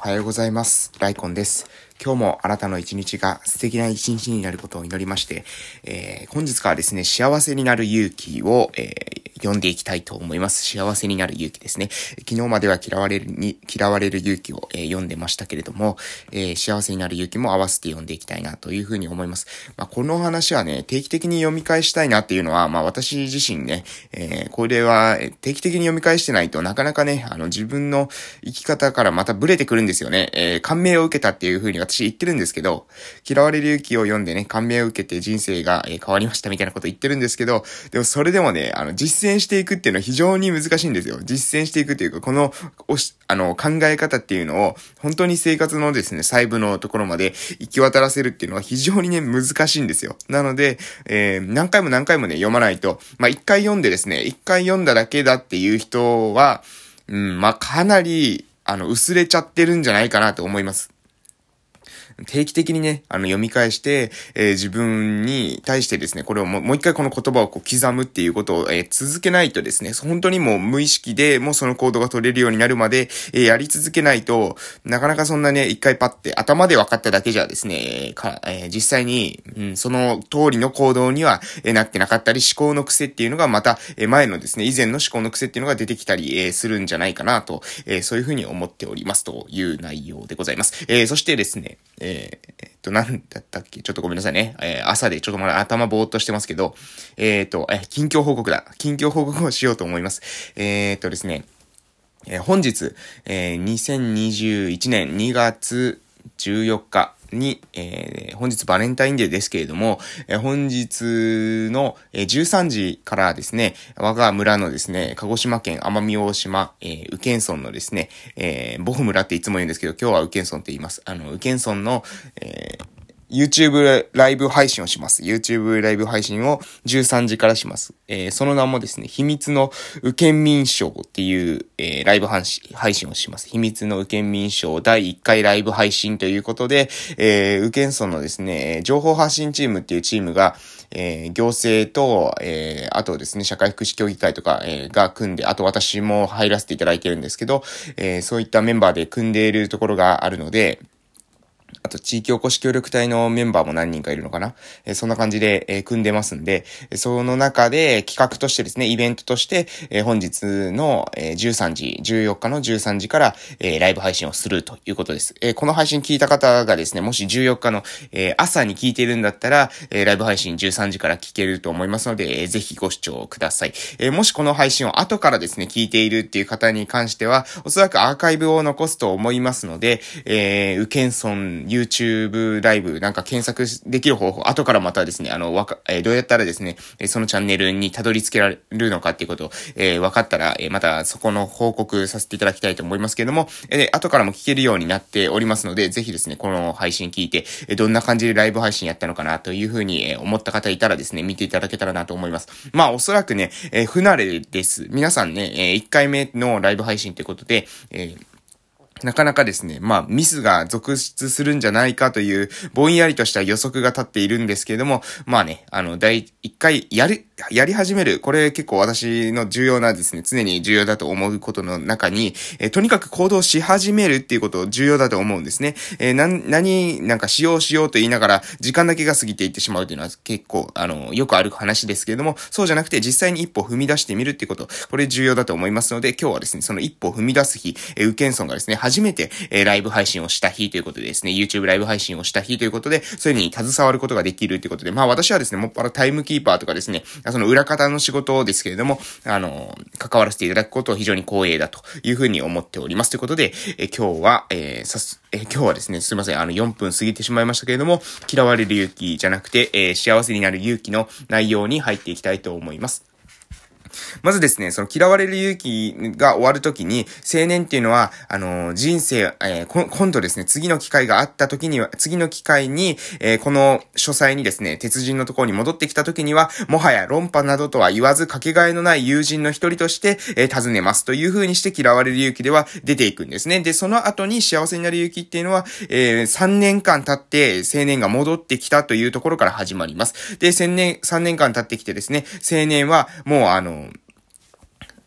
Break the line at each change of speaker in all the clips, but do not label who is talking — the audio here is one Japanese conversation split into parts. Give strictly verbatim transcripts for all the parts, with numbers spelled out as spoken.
はようございます。ライコンです。今日もあなたの一日が素敵な一日になることを祈りまして、えー、本日からですね、幸せになる勇気を、えー、読んでいきたいと思います。幸せになる勇気ですね。昨日までは嫌われるに、嫌われる勇気を、えー、読んでましたけれども、えー、幸せになる勇気も合わせて読んでいきたいなというふうに思います。まあ、この話はね、定期的に読み返したいなっていうのは、まあ私自身ね、えー、これは定期的に読み返してないとなかなかね、あの自分の生き方からまたブレてくるんですよね。えー、感銘を受けたっていうふうに私言ってるんですけど、嫌われる勇気を読んでね、感銘を受けて人生が、えー、変わりましたみたいなこと言ってるんですけど、でもそれでもね、あの実践していくっていうのは非常に難しいんですよ。実践していくっていうか、このおしあの考え方っていうのを本当に生活のですね、細部のところまで行き渡らせるっていうのは非常にね、難しいんですよ。なので、えー、何回も何回もね、読まないと、まあ一回読んでですね、一回読んだだけだっていう人は、うん、まあかなり、あの、薄れちゃってるんじゃないかなと思います。定期的にね、あの、読み返して、えー、自分に対してですね、これをもう、もう一回この言葉をこう刻むっていうことを、えー、続けないとですね、本当にもう無意識でもうその行動が取れるようになるまで、えー、やり続けないと、なかなかそんなね、一回パッて頭で分かっただけじゃですね、かえー、実際に、うん、その通りの行動には、えー、なってなかったり、思考の癖っていうのがまた、えー、前のですね、以前の思考の癖っていうのが出てきたり、えー、するんじゃないかなと、えー、そういうふうに思っておりますという内容でございます。えー、そしてですね、えーえー、っと、なんだったっけちょっとごめんなさいね。えー、朝でちょっとまだ頭ぼーっとしてますけど、えー、っと、えー、近況報告だ。近況報告をしようと思います。えー、っとですね、えー、本日、えー、にせんにじゅういちねんにがつじゅうよっか、に、えー、本日バレンタインデーですけれども、えー、本日の、えー、じゅうさんじからですね、我が村のですね、鹿児島県奄美大島、えー、宇検村のですね、えー、ボフ村っていつも言うんですけど、今日は宇検村って言います。あの、宇検村の、えーYouTube ライブ配信をします。YouTube ライブ配信をじゅうさんじからします。えー、その名もですね、秘密の宇検民賞っていう、えー、ライブ配信配信をします。秘密の宇検民賞だいいっかいライブ配信ということで、えー、宇検村のですね、情報発信チームっていうチームが、えー、行政と、えー、あとですね、社会福祉協議会とか、えー、が組んで、あと私も入らせていただいてるんですけど、えー、そういったメンバーで組んでいるところがあるので、あと、地域おこし協力隊のメンバーも何人かいるのかな、えー、そんな感じで、えー、組んでますんで、その中で企画としてですね、イベントとして、えー、本日の、えー、じゅうさんじ、じゅうよっかのじゅうさんじから、えー、ライブ配信をするということです。えー、この配信聞いた方がですね、もしじゅうよっかの、えー、朝に聞いているんだったら、えー、ライブ配信じゅうさんじから聞けると思いますので、えー、ぜひご視聴ください。えー、もしこの配信を後からですね、聞いているっていう方に関しては、おそらくアーカイブを残すと思いますので、えー、宇検村、YouTube ライブなんか検索できる方法、後からまたですね、あの、わか、えー、どうやったらですね、そのチャンネルにたどり着けられるのかっていうことを、えー、分かったら、えー、またそこの報告させていただきたいと思いますけれども、えー、後からも聞けるようになっておりますので、ぜひですね、この配信聞いて、えー、どんな感じでライブ配信やったのかなというふうに、えー、思った方いたらですね、見ていただけたらなと思います。まあ、おそらくね、えー、不慣れです。皆さんね、えー、いっかいめのライブ配信ということで、えーなかなかですね、まあ、ミスが続出するんじゃないかという、ぼんやりとした予測が立っているんですけれども、まあね、あの、第一回やる、やり始める。これ結構私の重要なですね、常に重要だと思うことの中に、えー、とにかく行動し始めるっていうことを重要だと思うんですね。えー、な、何、なんかしようしようと言いながら、時間だけが過ぎていってしまうというのは結構、あの、よくある話ですけれども、そうじゃなくて実際に一歩踏み出してみるっていうこと、これ重要だと思いますので、今日はですね、その一歩踏み出す日、えー、宇検村がですね、初めて、えー、ライブ配信をした日ということでですね、YouTube ライブ配信をした日ということで、それに携わることができるということで、まあ私はですね、もっぱらタイムキーパーとかですね、その裏方の仕事ですけれども、あの、関わらせていただくことを非常に光栄だというふうに思っておりますということで、えー、今日は、えー、さす、えー、今日はですね、すいません、あの、よんぷん過ぎてしまいましたけれども、嫌われる勇気じゃなくて、えー、幸せになる勇気の内容に入っていきたいと思います。まずですね、その嫌われる勇気が終わるときに、青年っていうのは、あのー、人生、えー、今度ですね、次の機会があったときには、次の機会に、えー、この書斎にですね、鉄人のところに戻ってきたときには、もはや論破などとは言わず、かけがえのない友人の一人として、えー、尋ねますという風にして嫌われる勇気では出ていくんですね。で、その後に幸せになる勇気っていうのは、えー、さんねんかん経って青年が戻ってきたというところから始まります。で、さんねん、さんねんかん経ってきてですね、青年はもうあの、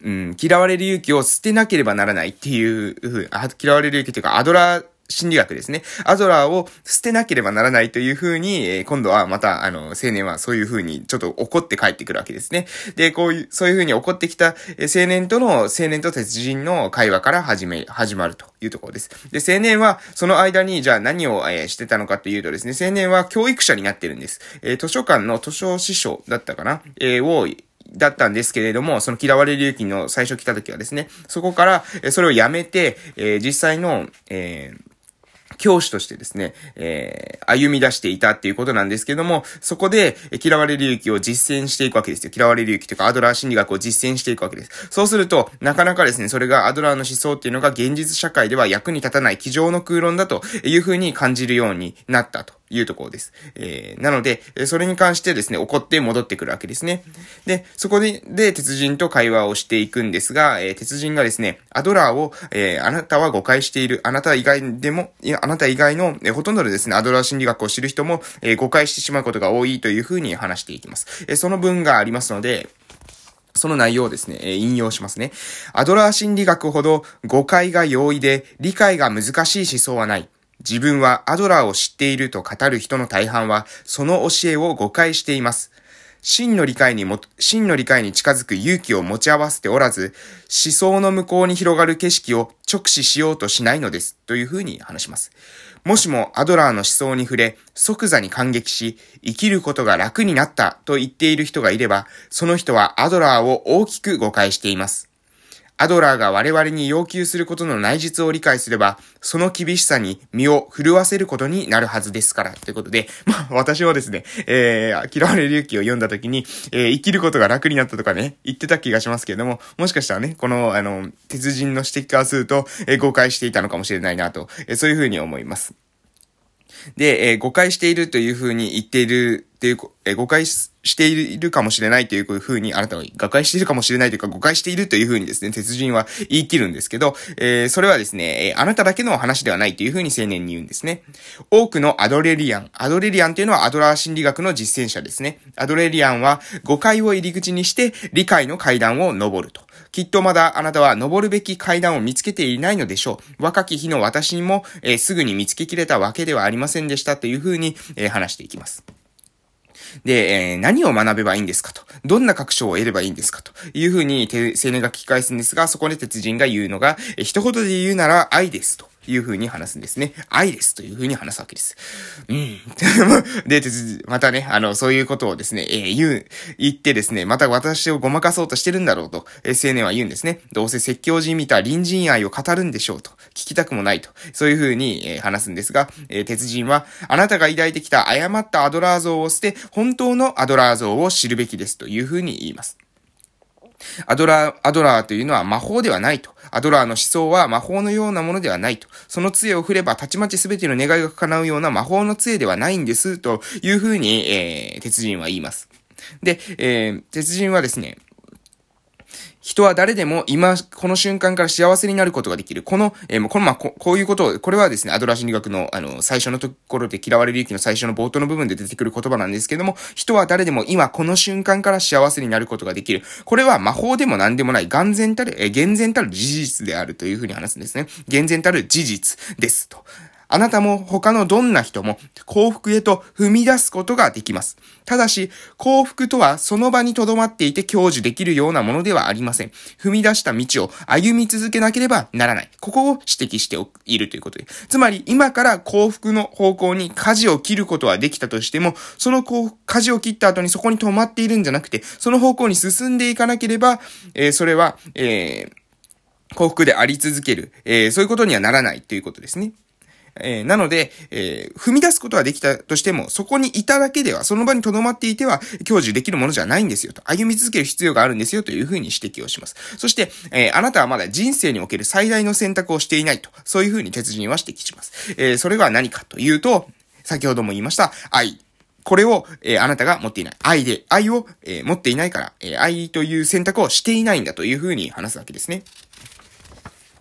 うん、嫌われる勇気を捨てなければならないっていうふう、嫌われる勇気というか、アドラー、心理学ですね。アドラーを捨てなければならないという風に、えー、今度はまた、あの、青年はそういう風にちょっと怒って帰ってくるわけですね。で、こういう、そういう風に怒ってきた青年との、青年と鉄人の会話から始め、始まるというところです。で、青年はその間に、じゃあ何を、えー、してたのかというとですね、青年は教育者になってるんです。えー、図書館の図書司書だったかな、えー、を、だったんですけれども、その嫌われる勇気の最初来た時はですね、そこから、えー、それをやめて、えー、実際の、えー教師としてですね、えー、歩み出していたっていうことなんですけども、そこで嫌われる勇気を実践していくわけですよ。嫌われる勇気というかアドラー心理学を実践していくわけです。そうすると、なかなかですね、それがアドラーの思想っていうのが現実社会では役に立たない机上の空論だというふうに感じるようになったというところです。えー、なので、それに関してですね、怒って戻ってくるわけですね。で、そこで、で、鉄人と会話をしていくんですが、えー、鉄人がですね、アドラーを、えー、あなたは誤解している、あなた以外でも、いや、あなた以外の、えー、ほとんどでですね、アドラー心理学を知る人も、えー、誤解してしまうことが多いというふうに話していきます。えー、その文がありますので、その内容をですね、えー、引用しますね。アドラー心理学ほど誤解が容易で理解が難しい思想はない。自分はアドラーを知っていると語る人の大半は、その教えを誤解しています。真の理解にも、真の理解に近づく勇気を持ち合わせておらず、思想の向こうに広がる景色を直視しようとしないのです。というふうに話します。もしもアドラーの思想に触れ、即座に感激し、生きることが楽になったと言っている人がいれば、その人はアドラーを大きく誤解しています。アドラーが我々に要求することの内実を理解すれば、その厳しさに身を震わせることになるはずですから。ということで、まあ私はですね、えー、嫌われる勇気を読んだ時に、えー、生きることが楽になったとかね、言ってた気がしますけれども、もしかしたらね、この、あの、鉄人の指摘からすると、えー、誤解していたのかもしれないなと、えー、そういうふうに思います。で、えー、誤解しているというふうに言っているっていう、えー、誤解しているかもしれないというふうに、あなたは誤解しているかもしれないというか、誤解しているというふうにですね、鉄人は言い切るんですけど、えー、それはですね、えー、あなただけの話ではないというふうに青年に言うんですね。多くのアドレリアン、アドレリアンというのはアドラー心理学の実践者ですね。アドレリアンは誤解を入り口にして理解の階段を登ると。きっとまだあなたは登るべき階段を見つけていないのでしょう。若き日の私にも、えー、すぐに見つけきれたわけではありませんでしたというふうに、えー、話していきます。で、えー、何を学べばいいんですかと。どんな確証を得ればいいんですかというふうに青年が聞き返すんですが、そこで鉄人が言うのが、えー、一言で言うなら愛ですと。いう風に話すんですね。愛ですという風に話すわけです。うん。で、またね、あの、そういうことをですね、えー、言う、言ってですね、また私をごまかそうとしてるんだろうと、えー、青年は言うんですね。どうせ説教じみた隣人愛を語るんでしょうと。聞きたくもないと。そういう風に、えー、話すんですが、えー、鉄人は、あなたが抱いてきた誤ったアドラー像を捨て、本当のアドラー像を知るべきですという風に言います。アドラー、アドラーというのは魔法ではないと。アドラーの思想は魔法のようなものではないと。その杖を振ればたちまちすべての願いが叶うような魔法の杖ではないんです。というふうに、えー、鉄人は言います。で、えー、鉄人はですね、人は誰でも今、この瞬間から幸せになることができる。この、えー、この、まあ、こ、こういうことを、これはですね、アドラー心理学の、あの、最初のところで嫌われる勇気の最初の冒頭の部分で出てくる言葉なんですけども、人は誰でも今、この瞬間から幸せになることができる。これは魔法でも何でもない、眼前たる、えー、厳然たる事実であるというふうに話すんですね。厳然たる事実です。と。あなたも他のどんな人も幸福へと踏み出すことができます。ただし、幸福とはその場に留まっていて享受できるようなものではありません。踏み出した道を歩み続けなければならない。ここを指摘しているということで。つまり、今から幸福の方向に舵を切ることはできたとしても、その舵を切った後にそこに止まっているんじゃなくて、その方向に進んでいかなければ、えー、それは、えー、幸福であり続ける、えー。そういうことにはならないということですね。えー、なので、えー、踏み出すことはできたとしても、そこにいただけでは、その場に留まっていては、享受できるものじゃないんですよと。歩み続ける必要があるんですよというふうに指摘をします。そして、えー、あなたはまだ人生における最大の選択をしていないと。そういうふうに鉄人は指摘します。えー、それが何かというと、先ほども言いました、愛。これを、えー、あなたが持っていない。愛で、愛を、えー、持っていないから、えー、愛という選択をしていないんだというふうに話すわけですね。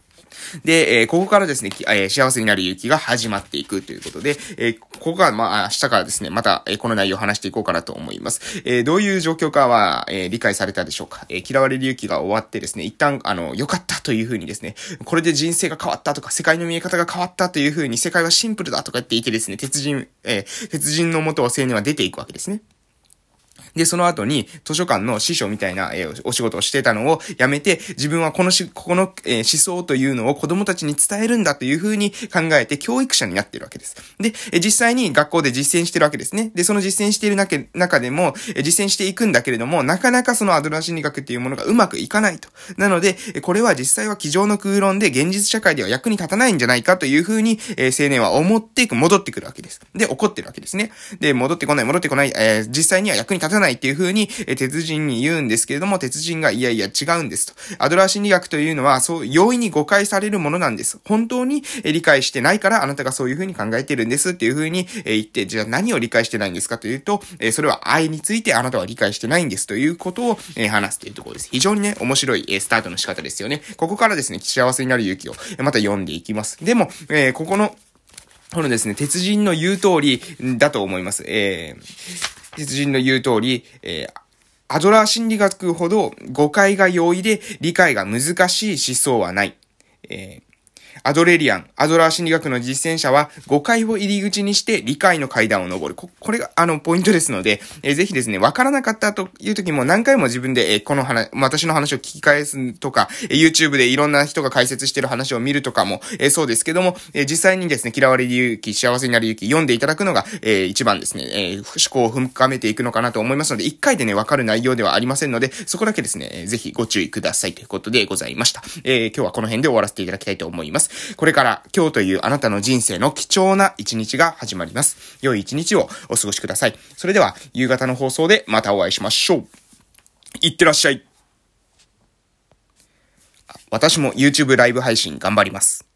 で、えー、ここからですね、えー、幸せになる勇気が始まっていくということで、えー、ここが、まあ、明日からですね、また、えー、この内容を話していこうかなと思います。えー、どういう状況かは、えー、理解されたでしょうか。えー、嫌われる勇気が終わってですね、一旦、あの、良かったというふうにですね、これで人生が変わったとか、世界の見え方が変わったというふうに、世界はシンプルだとか言っていてですね、鉄人、えー、鉄人の元を青年は出ていくわけですね。で、その後に、図書館の司書みたいな、えー、お仕事をしてたのをやめて、自分はこのし、ここの、えー、思想というのを子供たちに伝えるんだというふうに考えて、教育者になっているわけです。で、えー、実際に学校で実践してるわけですね。で、その実践している中中でも、えー、実践していくんだけれども、なかなかそのアドラー心理学っていうものがうまくいかないと。なので、これは実際は机上の空論で現実社会では役に立たないんじゃないかというふうに、えー、青年は思って戻ってくるわけです。で、怒ってるわけですね。で、戻ってこない、戻ってこない、えー、実際には役に立たないっていうふうに、えー、鉄人に言うんですけれども、鉄人がいやいや違うんですと。アドラー心理学というのは、そう、容易に誤解されるものなんです。本当に、えー、理解してないからあなたがそういうふうに考えているんですっていうふうに、えー、言って、じゃあ何を理解してないんですかというと、えー、それは愛についてあなたは理解してないんですということを、えー、話すというところです。非常にね、面白い、えー、スタートの仕方ですよね。ここからですね、幸せになる勇気を、えー、また読んでいきます。でも、えー、ここの、このですね、鉄人の言う通りだと思います。えー、鉄人の言う通り、えー、アドラー心理学ほど誤解が容易で理解が難しい思想はない。えーアドレリアン、アドラー心理学の実践者は誤解を入り口にして理解の階段を登る。こ、これがあのポイントですので、えー、ぜひですね、わからなかったという時も何回も自分で、えー、この話、私の話を聞き返すとか、えー、YouTube でいろんな人が解説してる話を見るとかも、えー、そうですけども、えー、実際にですね、嫌われる勇気、幸せになる勇気、読んでいただくのが、えー、一番ですね、えー、思考を深めていくのかなと思いますので、一回でね、わかる内容ではありませんので、そこだけですね、えー、ぜひご注意くださいということでございました。えー、今日はこの辺で終わらせていただきたいと思います。これから今日というあなたの人生の貴重な一日が始まります。良い一日をお過ごしください。それでは夕方の放送でまたお会いしましょう。いってらっしゃい。私も YouTube ライブ配信頑張ります。